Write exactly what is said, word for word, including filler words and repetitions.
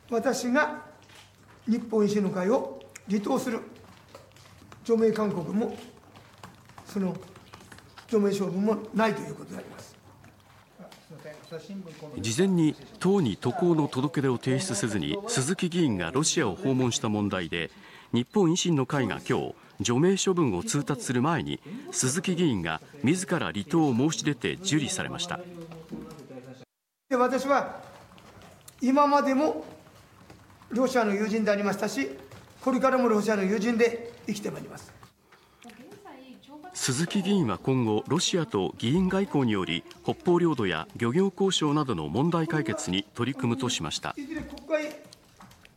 私が日本維新の会を離党する除名勧告も、その除名処分もないということであります。 事前に党に渡航の届け出を提出せずに鈴木議員がロシアを訪問した問題で、日本維新の会が今日除名処分を通達する前に鈴木議員が自ら離党を申し出て受理されました。 で私は今までもロシアの友人でありましたし、これからもロシアの友人で生きてまいります。 鈴木議員は今後、ロシアと議員外交により北方領土や漁業交渉などの問題解決に取り組むとしました。 いずれ国会